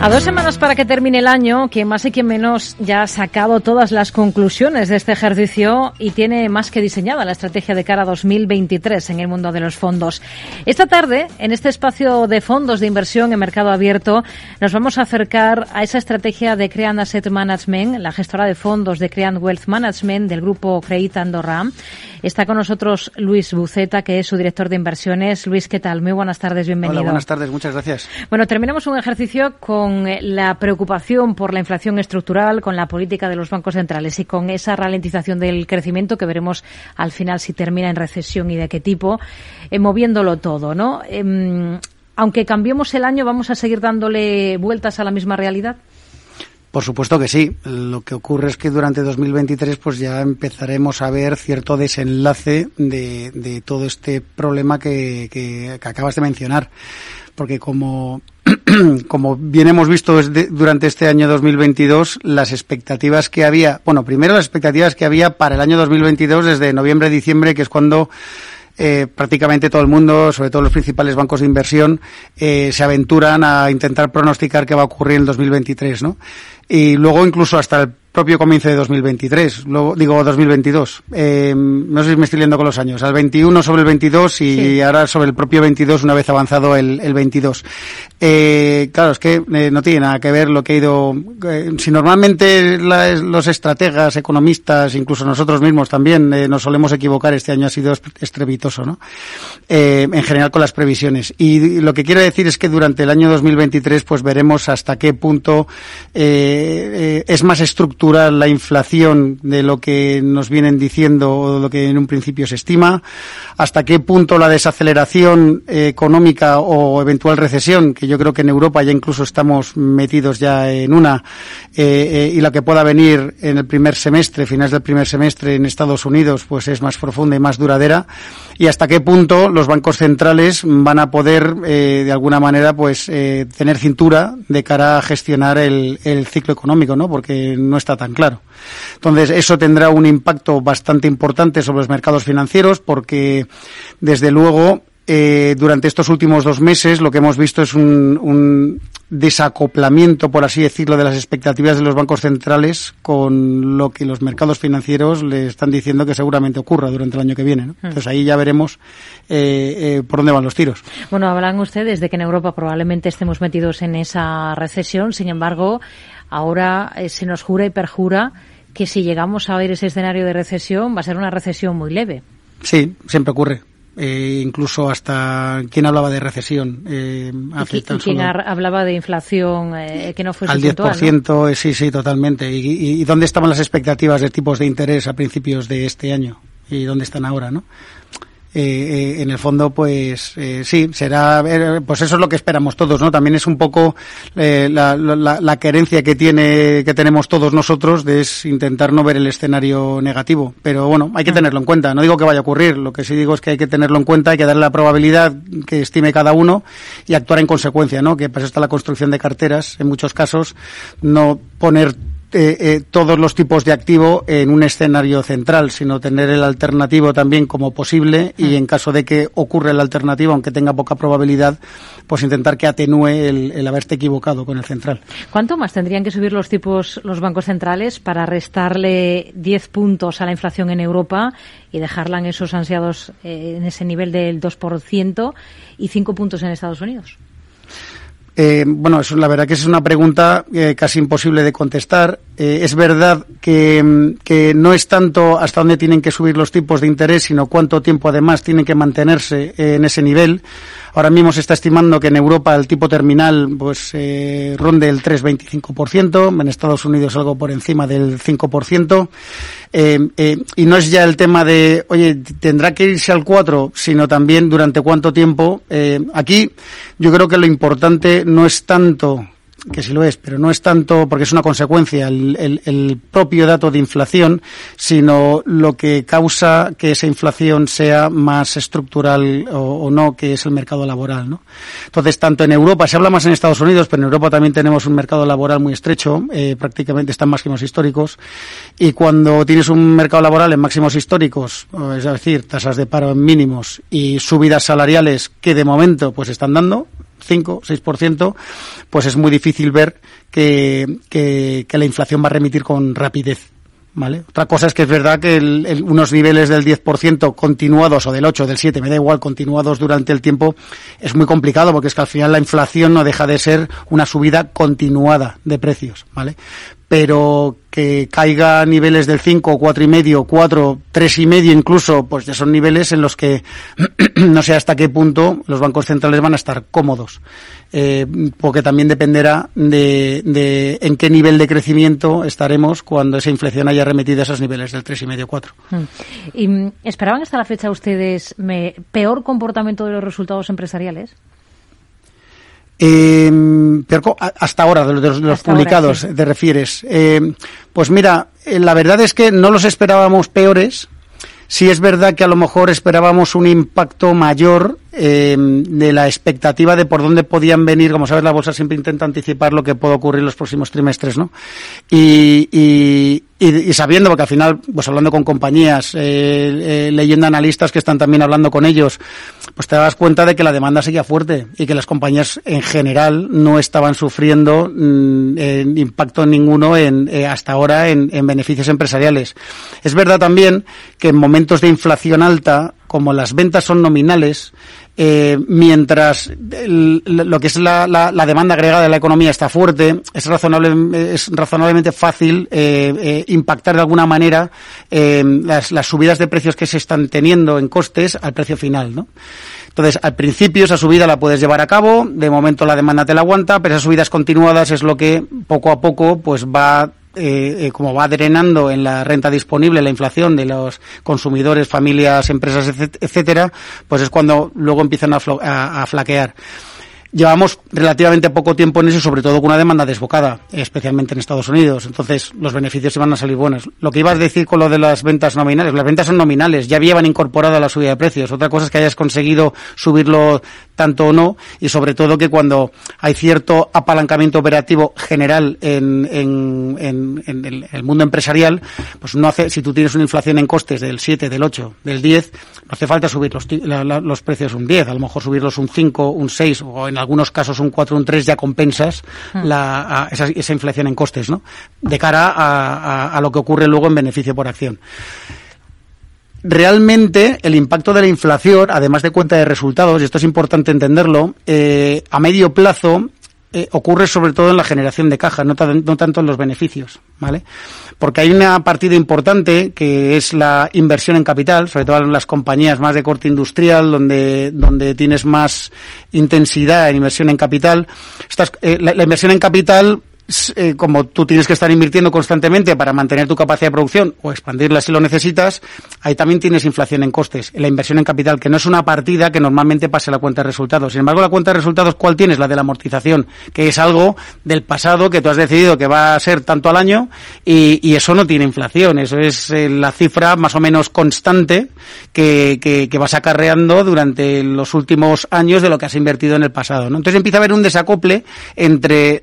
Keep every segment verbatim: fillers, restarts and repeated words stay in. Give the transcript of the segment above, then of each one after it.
A dos semanas para que termine el año, quien más y quien menos ya ha sacado todas las conclusiones de este ejercicio y tiene más que diseñada la estrategia de cara a dos mil veintitrés en el mundo de los fondos. Esta tarde, en este espacio de fondos de inversión en mercado abierto, nos vamos a acercar a esa estrategia de Creant Asset Management, la gestora de fondos de Creant Wealth Management del grupo Creit Andorra. Está con nosotros Luis Buceta, que es su director de inversiones. Luis, ¿qué tal? Muy buenas tardes, bienvenido. Hola, buenas tardes, muchas gracias. Bueno, terminamos un ejercicio con la preocupación por la inflación estructural, con la política de los bancos centrales y con esa ralentización del crecimiento que veremos al final si termina en recesión y de qué tipo, eh, moviéndolo todo, ¿no? Eh, aunque cambiemos el año, ¿vamos a seguir dándole vueltas a la misma realidad? Por supuesto que sí. Lo que ocurre es que durante dos mil veintitrés pues ya empezaremos a ver cierto desenlace de, de todo este problema que, que, que acabas de mencionar. Porque como, como bien hemos visto desde, durante este año dos mil veintidós, las expectativas que había, bueno, primero las expectativas que había para el año dos mil veintidós desde noviembre, diciembre, que es cuando Eh, prácticamente todo el mundo, sobre todo los principales bancos de inversión, eh, se aventuran a intentar pronosticar qué va a ocurrir en dos mil veintitrés, ¿no? Y luego incluso hasta el propio comienzo de dos mil veintitrés, luego digo dos mil veintidós. Eh, no sé si me estoy liando con los años. Al veintiuno sobre el veintidós y sí. Ahora sobre el propio veintidós una vez avanzado el, el veintidós. Eh, claro, es que eh, no tiene nada que ver lo que ha ido. Eh, si normalmente la, los estrategas, economistas, incluso nosotros mismos también eh, nos solemos equivocar, este año ha sido estrepitoso, ¿no? Eh, en general con las previsiones. Y lo que quiero decir es que durante el año dos mil veintitrés pues veremos hasta qué punto eh, eh, es más estructural la inflación de lo que nos vienen diciendo o lo que en un principio se estima, hasta qué punto la desaceleración eh, económica o eventual recesión, que yo creo que en Europa ya incluso estamos metidos ya en una, eh, eh, y la que pueda venir en el primer semestre, finales del primer semestre en Estados Unidos, pues es más profunda y más duradera, y hasta qué punto los bancos centrales van a poder eh, de alguna manera pues eh, tener cintura de cara a gestionar el, el ciclo económico, ¿no? Porque no está tan claro. Entonces, eso tendrá un impacto bastante importante sobre los mercados financieros porque, desde luego, eh, durante estos últimos dos meses lo que hemos visto es un, un desacoplamiento, por así decirlo, de las expectativas de los bancos centrales con lo que los mercados financieros le están diciendo que seguramente ocurra durante el año que viene, ¿no? Entonces, ahí ya veremos eh, eh, por dónde van los tiros. Bueno, hablan ustedes de que en Europa probablemente estemos metidos en esa recesión. Sin embargo, ahora eh, se nos jura y perjura que si llegamos a ver ese escenario de recesión va a ser una recesión muy leve. Sí, siempre ocurre. Eh, incluso hasta quien hablaba de recesión eh, hace ¿Y, tan y quien solo hablaba de inflación eh, que no fuese al diez por ciento, puntual, ¿no? Sí, sí, totalmente. ¿Y, y, y dónde estaban las expectativas de tipos de interés a principios de este año? ¿Y dónde están ahora, no? Eh, eh, en el fondo, pues eh, sí, será, eh, pues eso es lo que esperamos todos, ¿no? También es un poco eh, la, la, la querencia que tiene, que tenemos todos nosotros de es intentar no ver el escenario negativo. Pero bueno, hay que tenerlo en cuenta. No digo que vaya a ocurrir, lo que sí digo es que hay que tenerlo en cuenta, hay que darle la probabilidad que estime cada uno y actuar en consecuencia, ¿no? Que para eso está la construcción de carteras, en muchos casos, no poner Eh, eh, todos los tipos de activo en un escenario central, sino tener el alternativo también como posible y en caso de que ocurra el alternativo, aunque tenga poca probabilidad, pues intentar que atenúe el, el haberte equivocado con el central. ¿Cuánto más tendrían que subir los tipos, los bancos centrales para restarle diez puntos a la inflación en Europa y dejarla en esos ansiados, eh, en ese nivel del dos por ciento y cinco puntos en Estados Unidos? Eh, bueno, eso, la verdad que es una pregunta eh, casi imposible de contestar. Eh, es verdad que, que no es tanto hasta dónde tienen que subir los tipos de interés, sino cuánto tiempo además tienen que mantenerse eh, en ese nivel. Ahora mismo se está estimando que en Europa el tipo terminal pues eh, ronde el tres coma veinticinco por ciento, en Estados Unidos algo por encima del cinco por ciento. Eh, eh, y no es ya el tema de, oye, tendrá que irse al cuatro, sino también durante cuánto tiempo. Eh, aquí yo creo que lo importante no es tanto, que sí lo es, pero no es tanto porque es una consecuencia el, el, el propio dato de inflación, sino lo que causa que esa inflación sea más estructural o, o no, que es el mercado laboral, ¿no? Entonces, tanto en Europa, se habla más en Estados Unidos, pero en Europa también tenemos un mercado laboral muy estrecho, eh, prácticamente están máximos históricos, y cuando tienes un mercado laboral en máximos históricos, es decir, tasas de paro en mínimos y subidas salariales que de momento pues están dando, cinco, seis por ciento, pues es muy difícil ver que, que, que la inflación va a remitir con rapidez. ¿Vale? Otra cosa es que es verdad que el, el, unos niveles del diez por ciento continuados o del ocho, del siete, me da igual, continuados durante el tiempo, es muy complicado porque es que al final la inflación no deja de ser una subida continuada de precios, ¿vale? Pero que caiga a niveles del cinco, cuatro y medio, cuatro, tres y medio incluso, pues ya son niveles en los que no sé hasta qué punto los bancos centrales van a estar cómodos, eh, porque también dependerá de, de en qué nivel de crecimiento estaremos cuando esa inflación haya remitido a esos niveles del tres y medio, cuatro. ¿Y esperaban hasta la fecha ustedes me, peor comportamiento de los resultados empresariales? Eh, pero hasta ahora, de los, de los publicados, ahora, sí. Te refieres. Eh, pues mira, eh, la verdad es que no los esperábamos peores. Sí es verdad que a lo mejor esperábamos un impacto mayor eh, de la expectativa de por dónde podían venir. Como sabes, la bolsa siempre intenta anticipar lo que puede ocurrir en los próximos trimestres, ¿no? Y, y, y, y sabiendo, porque al final, pues hablando con compañías, eh, eh, leyendo analistas que están también hablando con ellos, pues te das cuenta de que la demanda seguía fuerte y que las compañías en general no estaban sufriendo mm, eh, impacto ninguno en, eh, hasta ahora en, en beneficios empresariales. Es verdad también que en momentos de inflación alta, como las ventas son nominales, eh, mientras el, lo que es la, la, la demanda agregada de la economía está fuerte, es razonable, es razonablemente fácil eh, eh, impactar de alguna manera eh, las, las subidas de precios que se están teniendo en costes al precio final, ¿no? Entonces, al principio esa subida la puedes llevar a cabo, de momento la demanda te la aguanta, pero esas subidas continuadas es lo que poco a poco pues va Eh, eh, como va drenando en la renta disponible la inflación de los consumidores, familias, empresas, etcétera, pues es cuando luego empiezan a, flo- a, a flaquear. Llevamos relativamente poco tiempo en eso, sobre todo con una demanda desbocada, especialmente en Estados Unidos. Entonces, los beneficios se van a salir buenos. Lo que ibas a decir con lo de las ventas nominales, las ventas son nominales, ya llevan incorporada la subida de precios. Otra cosa es que hayas conseguido subirlo tanto o no, y sobre todo que cuando hay cierto apalancamiento operativo general en, en, en, en el, el mundo empresarial, pues no hace, si tú tienes una inflación en costes del siete, del ocho, del diez, no hace falta subir los, la, la, los precios un diez, a lo mejor subirlos un cinco, un seis, o en algunos casos un cuatro, un tres, ya compensas la, a esa, esa inflación en costes, ¿no? De cara a, a, a lo que ocurre luego en beneficio por acción. Realmente el impacto de la inflación, además de cuenta de resultados, y esto es importante entenderlo, eh, a medio plazo eh, ocurre sobre todo en la generación de caja, no, t- no tanto en los beneficios, ¿vale? Porque hay una partida importante que es la inversión en capital, sobre todo en las compañías más de corte industrial, donde donde tienes más intensidad en inversión en capital. Estas, eh, la, la inversión en capital, Eh, como tú tienes que estar invirtiendo constantemente para mantener tu capacidad de producción o expandirla si lo necesitas, ahí también tienes inflación en costes, en la inversión en capital, que no es una partida que normalmente pase a la cuenta de resultados. Sin embargo, la cuenta de resultados, ¿cuál tienes? La de la amortización, que es algo del pasado que tú has decidido que va a ser tanto al año, y, y eso no tiene inflación, eso es eh, la cifra más o menos constante que, que, que vas acarreando durante los últimos años de lo que has invertido en el pasado, ¿no? Entonces empieza a haber un desacople entre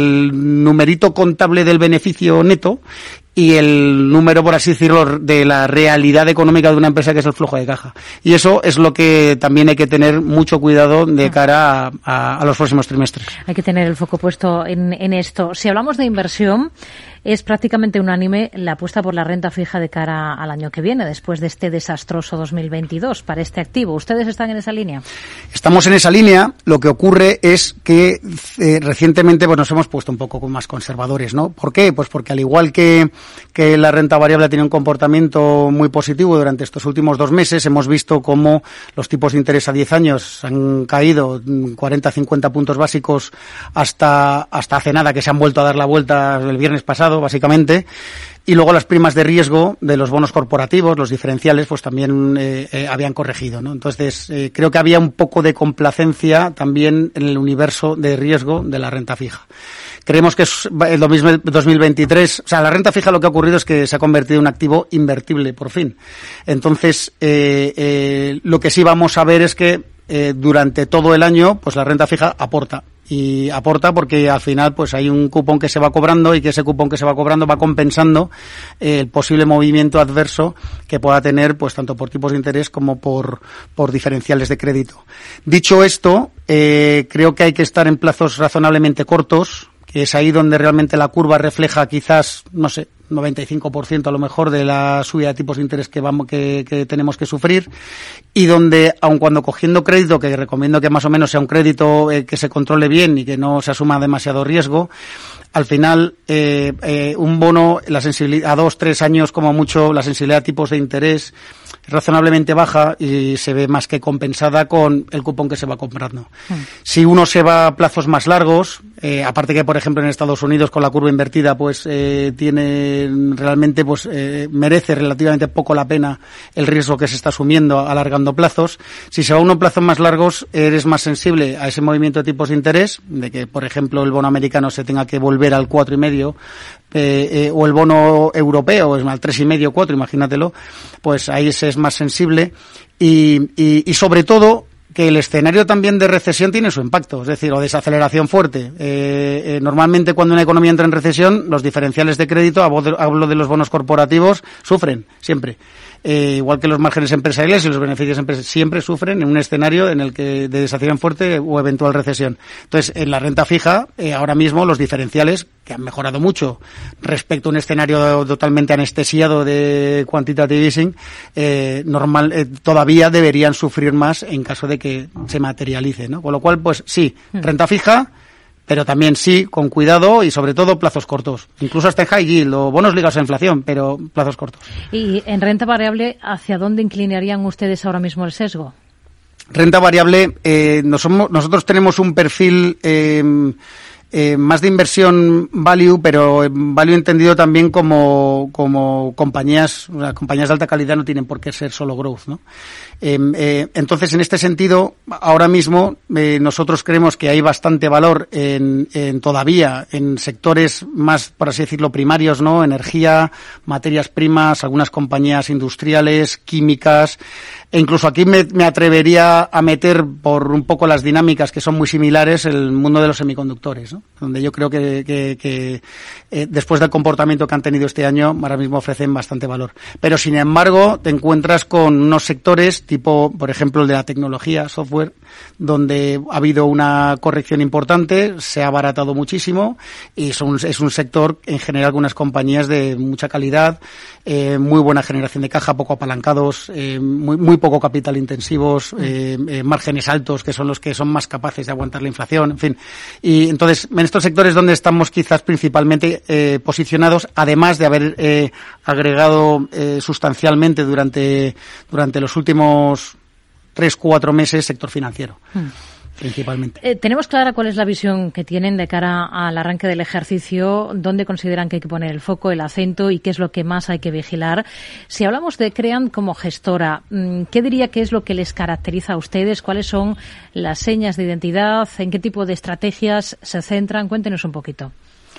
el numerito contable del beneficio neto y el número, por así decirlo, de la realidad económica de una empresa, que es el flujo de caja. Y eso es lo que también hay que tener mucho cuidado de cara a, a, a los próximos trimestres. Hay que tener el foco puesto en, en esto. Si hablamos de inversión, es prácticamente unánime la apuesta por la renta fija de cara al año que viene, después de este desastroso dos mil veintidós para este activo. ¿Ustedes están en esa línea? Estamos en esa línea. Lo que ocurre es que eh, recientemente pues nos hemos puesto un poco más conservadores, ¿no? ¿Por qué? Pues porque al igual que que la renta variable ha tenido un comportamiento muy positivo durante estos últimos dos meses, hemos visto cómo los tipos de interés a diez años han caído cuarenta a cincuenta puntos básicos hasta hasta hace nada, que se han vuelto a dar la vuelta el viernes pasado, básicamente. Y luego las primas de riesgo de los bonos corporativos, los diferenciales, pues también eh, eh, habían corregido, ¿no? Entonces, eh, creo que había un poco de complacencia también en el universo de riesgo de la renta fija. Creemos que es el dos mil veintitrés, o sea, la renta fija lo que ha ocurrido es que se ha convertido en un activo invertible, por fin. Entonces, eh, eh, lo que sí vamos a ver es que eh, durante todo el año, pues la renta fija aporta. y aporta porque al final pues hay un cupón que se va cobrando y que ese cupón que se va cobrando va compensando eh, el posible movimiento adverso que pueda tener pues tanto por tipos de interés como por, por diferenciales de crédito. Dicho esto, eh, creo que hay que estar en plazos razonablemente cortos, que es ahí donde realmente la curva refleja quizás, no sé, noventa y cinco por ciento a lo mejor de la subida de tipos de interés que vamos que, que tenemos que sufrir, y donde, aun cuando cogiendo crédito, que recomiendo que más o menos sea un crédito eh, que se controle bien y que no se asuma demasiado riesgo, al final eh, eh, un bono, la sensibilidad a dos, tres años como mucho, la sensibilidad a tipos de interés es razonablemente baja y se ve más que compensada con el cupón que se va comprando. Mm. Si uno se va a plazos más largos, eh, aparte que por ejemplo en Estados Unidos con la curva invertida pues eh, tiene realmente pues eh, merece relativamente poco la pena el riesgo que se está asumiendo alargando plazos. Si se va a uno a plazos más largos eres más sensible a ese movimiento de tipos de interés, de que por ejemplo el bono americano se tenga que volver al cuatro y medio eh, eh, o el bono europeo es al tres y medio, cuatro, imagínatelo, pues ahí se es más sensible y, y, y sobre todo que el escenario también de recesión tiene su impacto, es decir, o desaceleración fuerte. Eh, eh, normalmente cuando una economía entra en recesión, los diferenciales de crédito, hablo de los bonos corporativos, sufren siempre. Eh, igual que los márgenes empresariales y los beneficios empresariales siempre sufren en un escenario en el que de desaceleración fuerte o eventual recesión. Entonces, en la renta fija, eh, ahora mismo los diferenciales, que han mejorado mucho respecto a un escenario totalmente anestesiado de quantitative easing, eh, normal, eh, todavía deberían sufrir más en caso de que se materialice, ¿no? Con lo cual, pues sí, renta fija, pero también sí, con cuidado y sobre todo plazos cortos. Incluso hasta en high yield o bonos ligados a inflación, pero plazos cortos. Y en renta variable, ¿hacia dónde inclinarían ustedes ahora mismo el sesgo? Renta variable, eh, nos somos, nosotros tenemos un perfil eh, eh, más de inversión value, pero value entendido también como, como compañías, o sea, compañías de alta calidad no tienen por qué ser solo growth, ¿no? Eh, eh, entonces, en este sentido, ahora mismo eh, nosotros creemos que hay bastante valor en, en todavía en sectores más, por así decirlo, primarios, ¿no? Energía, materias primas, algunas compañías industriales, químicas, e incluso aquí me, me atrevería a meter por un poco las dinámicas que son muy similares el mundo de los semiconductores, ¿no? Donde yo creo que, que, que eh, después del comportamiento que han tenido este año, ahora mismo ofrecen bastante valor. Pero sin embargo, te encuentras con unos sectores tipo, por ejemplo, el de la tecnología, software, donde ha habido una corrección importante, se ha abaratado muchísimo y son, es un sector, en general, con unas compañías de mucha calidad, eh, muy buena generación de caja, poco apalancados, eh, muy, muy poco capital intensivos, eh, eh, márgenes altos, que son los que son más capaces de aguantar la inflación, en fin. Y entonces, en estos sectores donde estamos quizás principalmente eh, posicionados, además de haber eh, agregado eh, sustancialmente durante, durante los últimos tres, cuatro meses sector financiero. Hmm. Principalmente. Eh, ¿Tenemos clara cuál es la visión que tienen de cara al arranque del ejercicio? ¿Dónde consideran que hay que poner el foco, el acento y qué es lo que más hay que vigilar? Si hablamos de Creant como gestora, ¿qué diría que es lo que les caracteriza a ustedes? ¿Cuáles son las señas de identidad? ¿En qué tipo de estrategias se centran? Cuéntenos un poquito.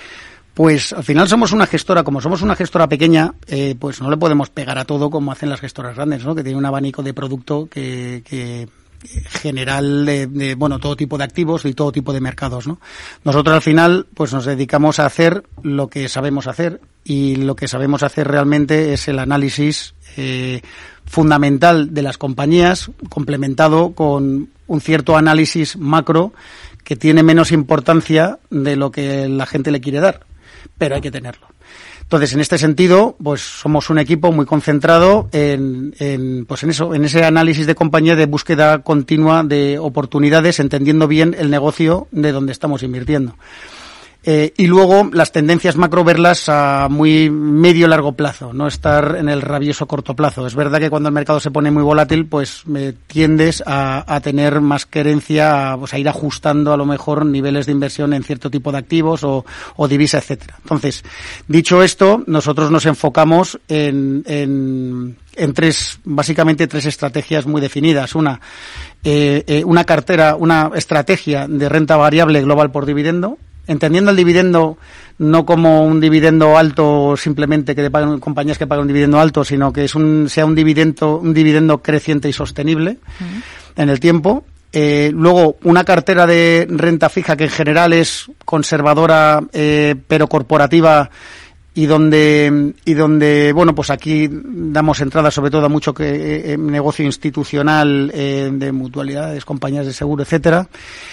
Pues al final somos una gestora, como somos una gestora pequeña, eh, pues no le podemos pegar a todo como hacen las gestoras grandes, ¿no? Que tienen un abanico de producto que, que general de, de, bueno, todo tipo de activos y todo tipo de mercados, ¿no? Nosotros al final, pues nos dedicamos a hacer lo que sabemos hacer y lo que sabemos hacer realmente es el análisis eh, fundamental de las compañías complementado con un cierto análisis macro que tiene menos importancia de lo que la gente le quiere dar, pero hay que tenerlo. Entonces, en este sentido, pues somos un equipo muy concentrado en, en, pues en eso, en ese análisis de compañía de búsqueda continua de oportunidades, entendiendo bien el negocio de donde estamos invirtiendo. Eh, y luego las tendencias macro verlas a muy medio largo plazo, no estar en el rabioso corto plazo. Es verdad que cuando el mercado se pone muy volátil, pues me tiendes a, a tener más querencia, a, pues a ir ajustando a lo mejor niveles de inversión en cierto tipo de activos o, o divisa, etcétera. Entonces, dicho esto, nosotros nos enfocamos en, en en tres, básicamente tres estrategias muy definidas. Una, eh, eh, una cartera, una estrategia de renta variable global por dividendo, entendiendo el dividendo no como un dividendo alto simplemente que le pagan compañías que pagan un dividendo alto, sino que es un sea un dividendo un dividendo creciente y sostenible uh-huh. en el tiempo. Eh, luego, una cartera de renta fija que en general es conservadora, eh, pero corporativa, y donde, y donde, bueno, pues aquí damos entrada sobre todo a mucho que, eh, negocio institucional, eh, de mutualidades, compañías de seguro, etcétera.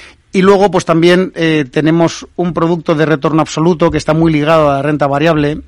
Y luego, pues también eh, tenemos un producto de retorno absoluto que está muy ligado a la renta variable,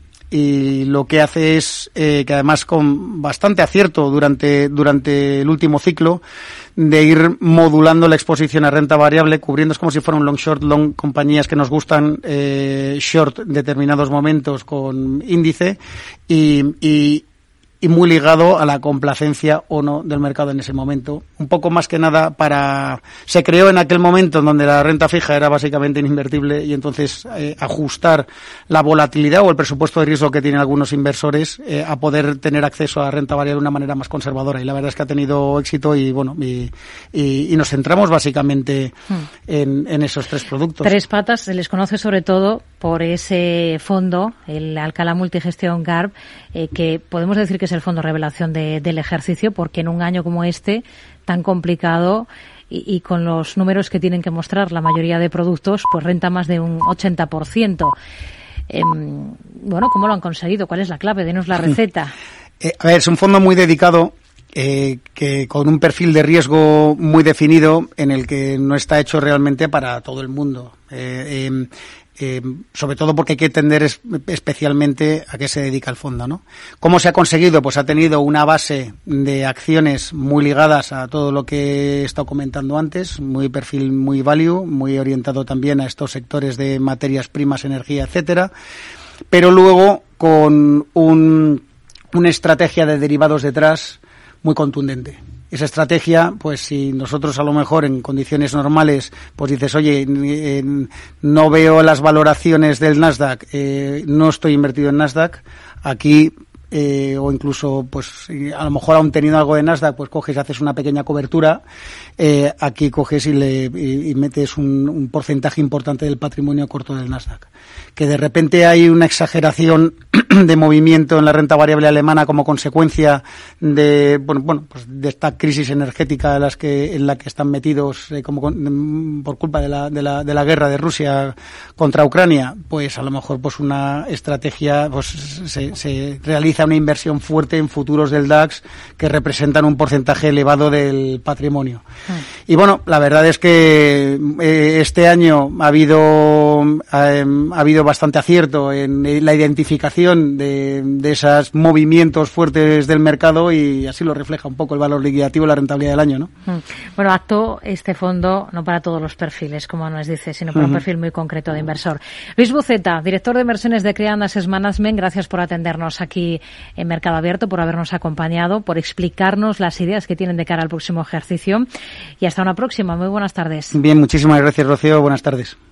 y lo que hace es eh, que además con bastante acierto durante durante el último ciclo, de ir modulando la exposición a renta variable, cubriendo, es como si fuera un long short, long, compañías que nos gustan, eh, short determinados momentos con índice, y, y y muy ligado a la complacencia o no del mercado en ese momento. Un poco más que nada para... Se creó en aquel momento en donde la renta fija era básicamente ininvertible, y entonces eh, ajustar la volatilidad o el presupuesto de riesgo que tienen algunos inversores eh, a poder tener acceso a renta variable de una manera más conservadora. Y la verdad es que ha tenido éxito, y bueno, y, y, y nos centramos básicamente hmm. en, en esos tres productos. Tres Patas se les conoce sobre todo por ese fondo, el Alcalá Multigestión G A R B, eh, que podemos decir que es el fondo revelación de, del ejercicio, porque en un año como este, tan complicado y, y con los números que tienen que mostrar la mayoría de productos, pues renta más de un ochenta por ciento. Eh, bueno, ¿cómo lo han conseguido? ¿Cuál es la clave? Denos la receta. Eh, a ver, es un fondo muy dedicado, eh, que con un perfil de riesgo muy definido, en el que no está hecho realmente para todo el mundo. Eh, eh, Eh, sobre todo porque hay que entender es, especialmente a qué se dedica el fondo, ¿no? ¿Cómo se ha conseguido? Pues ha tenido una base de acciones muy ligadas a todo lo que he estado comentando antes, muy perfil, muy value, muy orientado también a estos sectores de materias primas, energía, etcétera, pero luego con un, una estrategia de derivados detrás muy contundente. Esa estrategia, pues si nosotros a lo mejor en condiciones normales, pues dices, oye, eh, no veo las valoraciones del Nasdaq, eh, no estoy invertido en Nasdaq, aquí, eh, o incluso, pues a lo mejor aún teniendo algo de Nasdaq, pues coges y haces una pequeña cobertura, eh, aquí coges y le y, y metes un, un porcentaje importante del patrimonio corto del Nasdaq. Que de repente hay una exageración de movimiento en la renta variable alemana como consecuencia de, bueno, bueno, pues de esta crisis energética en las que en la que están metidos, eh, como con, por culpa de la de la de la guerra de Rusia contra Ucrania, pues a lo mejor pues una estrategia, pues se se realiza una inversión fuerte en futuros del DAX que representan un porcentaje elevado del patrimonio. Ah. Y bueno, la verdad es que eh, este año ha habido eh, ha habido bastante acierto en la identificación de, de esos movimientos fuertes del mercado, y así lo refleja un poco el valor liquidativo y la rentabilidad del año, ¿no? Bueno, acto este fondo no para todos los perfiles, como nos dice, sino para uh-huh. un perfil muy concreto de inversor. Luis Buceta, director de inversiones de Creand Asset Management, gracias por atendernos aquí en Mercado Abierto, por habernos acompañado, por explicarnos las ideas que tienen de cara al próximo ejercicio, y hasta una próxima. Muy buenas tardes. Bien, muchísimas gracias, Rocío. Buenas tardes.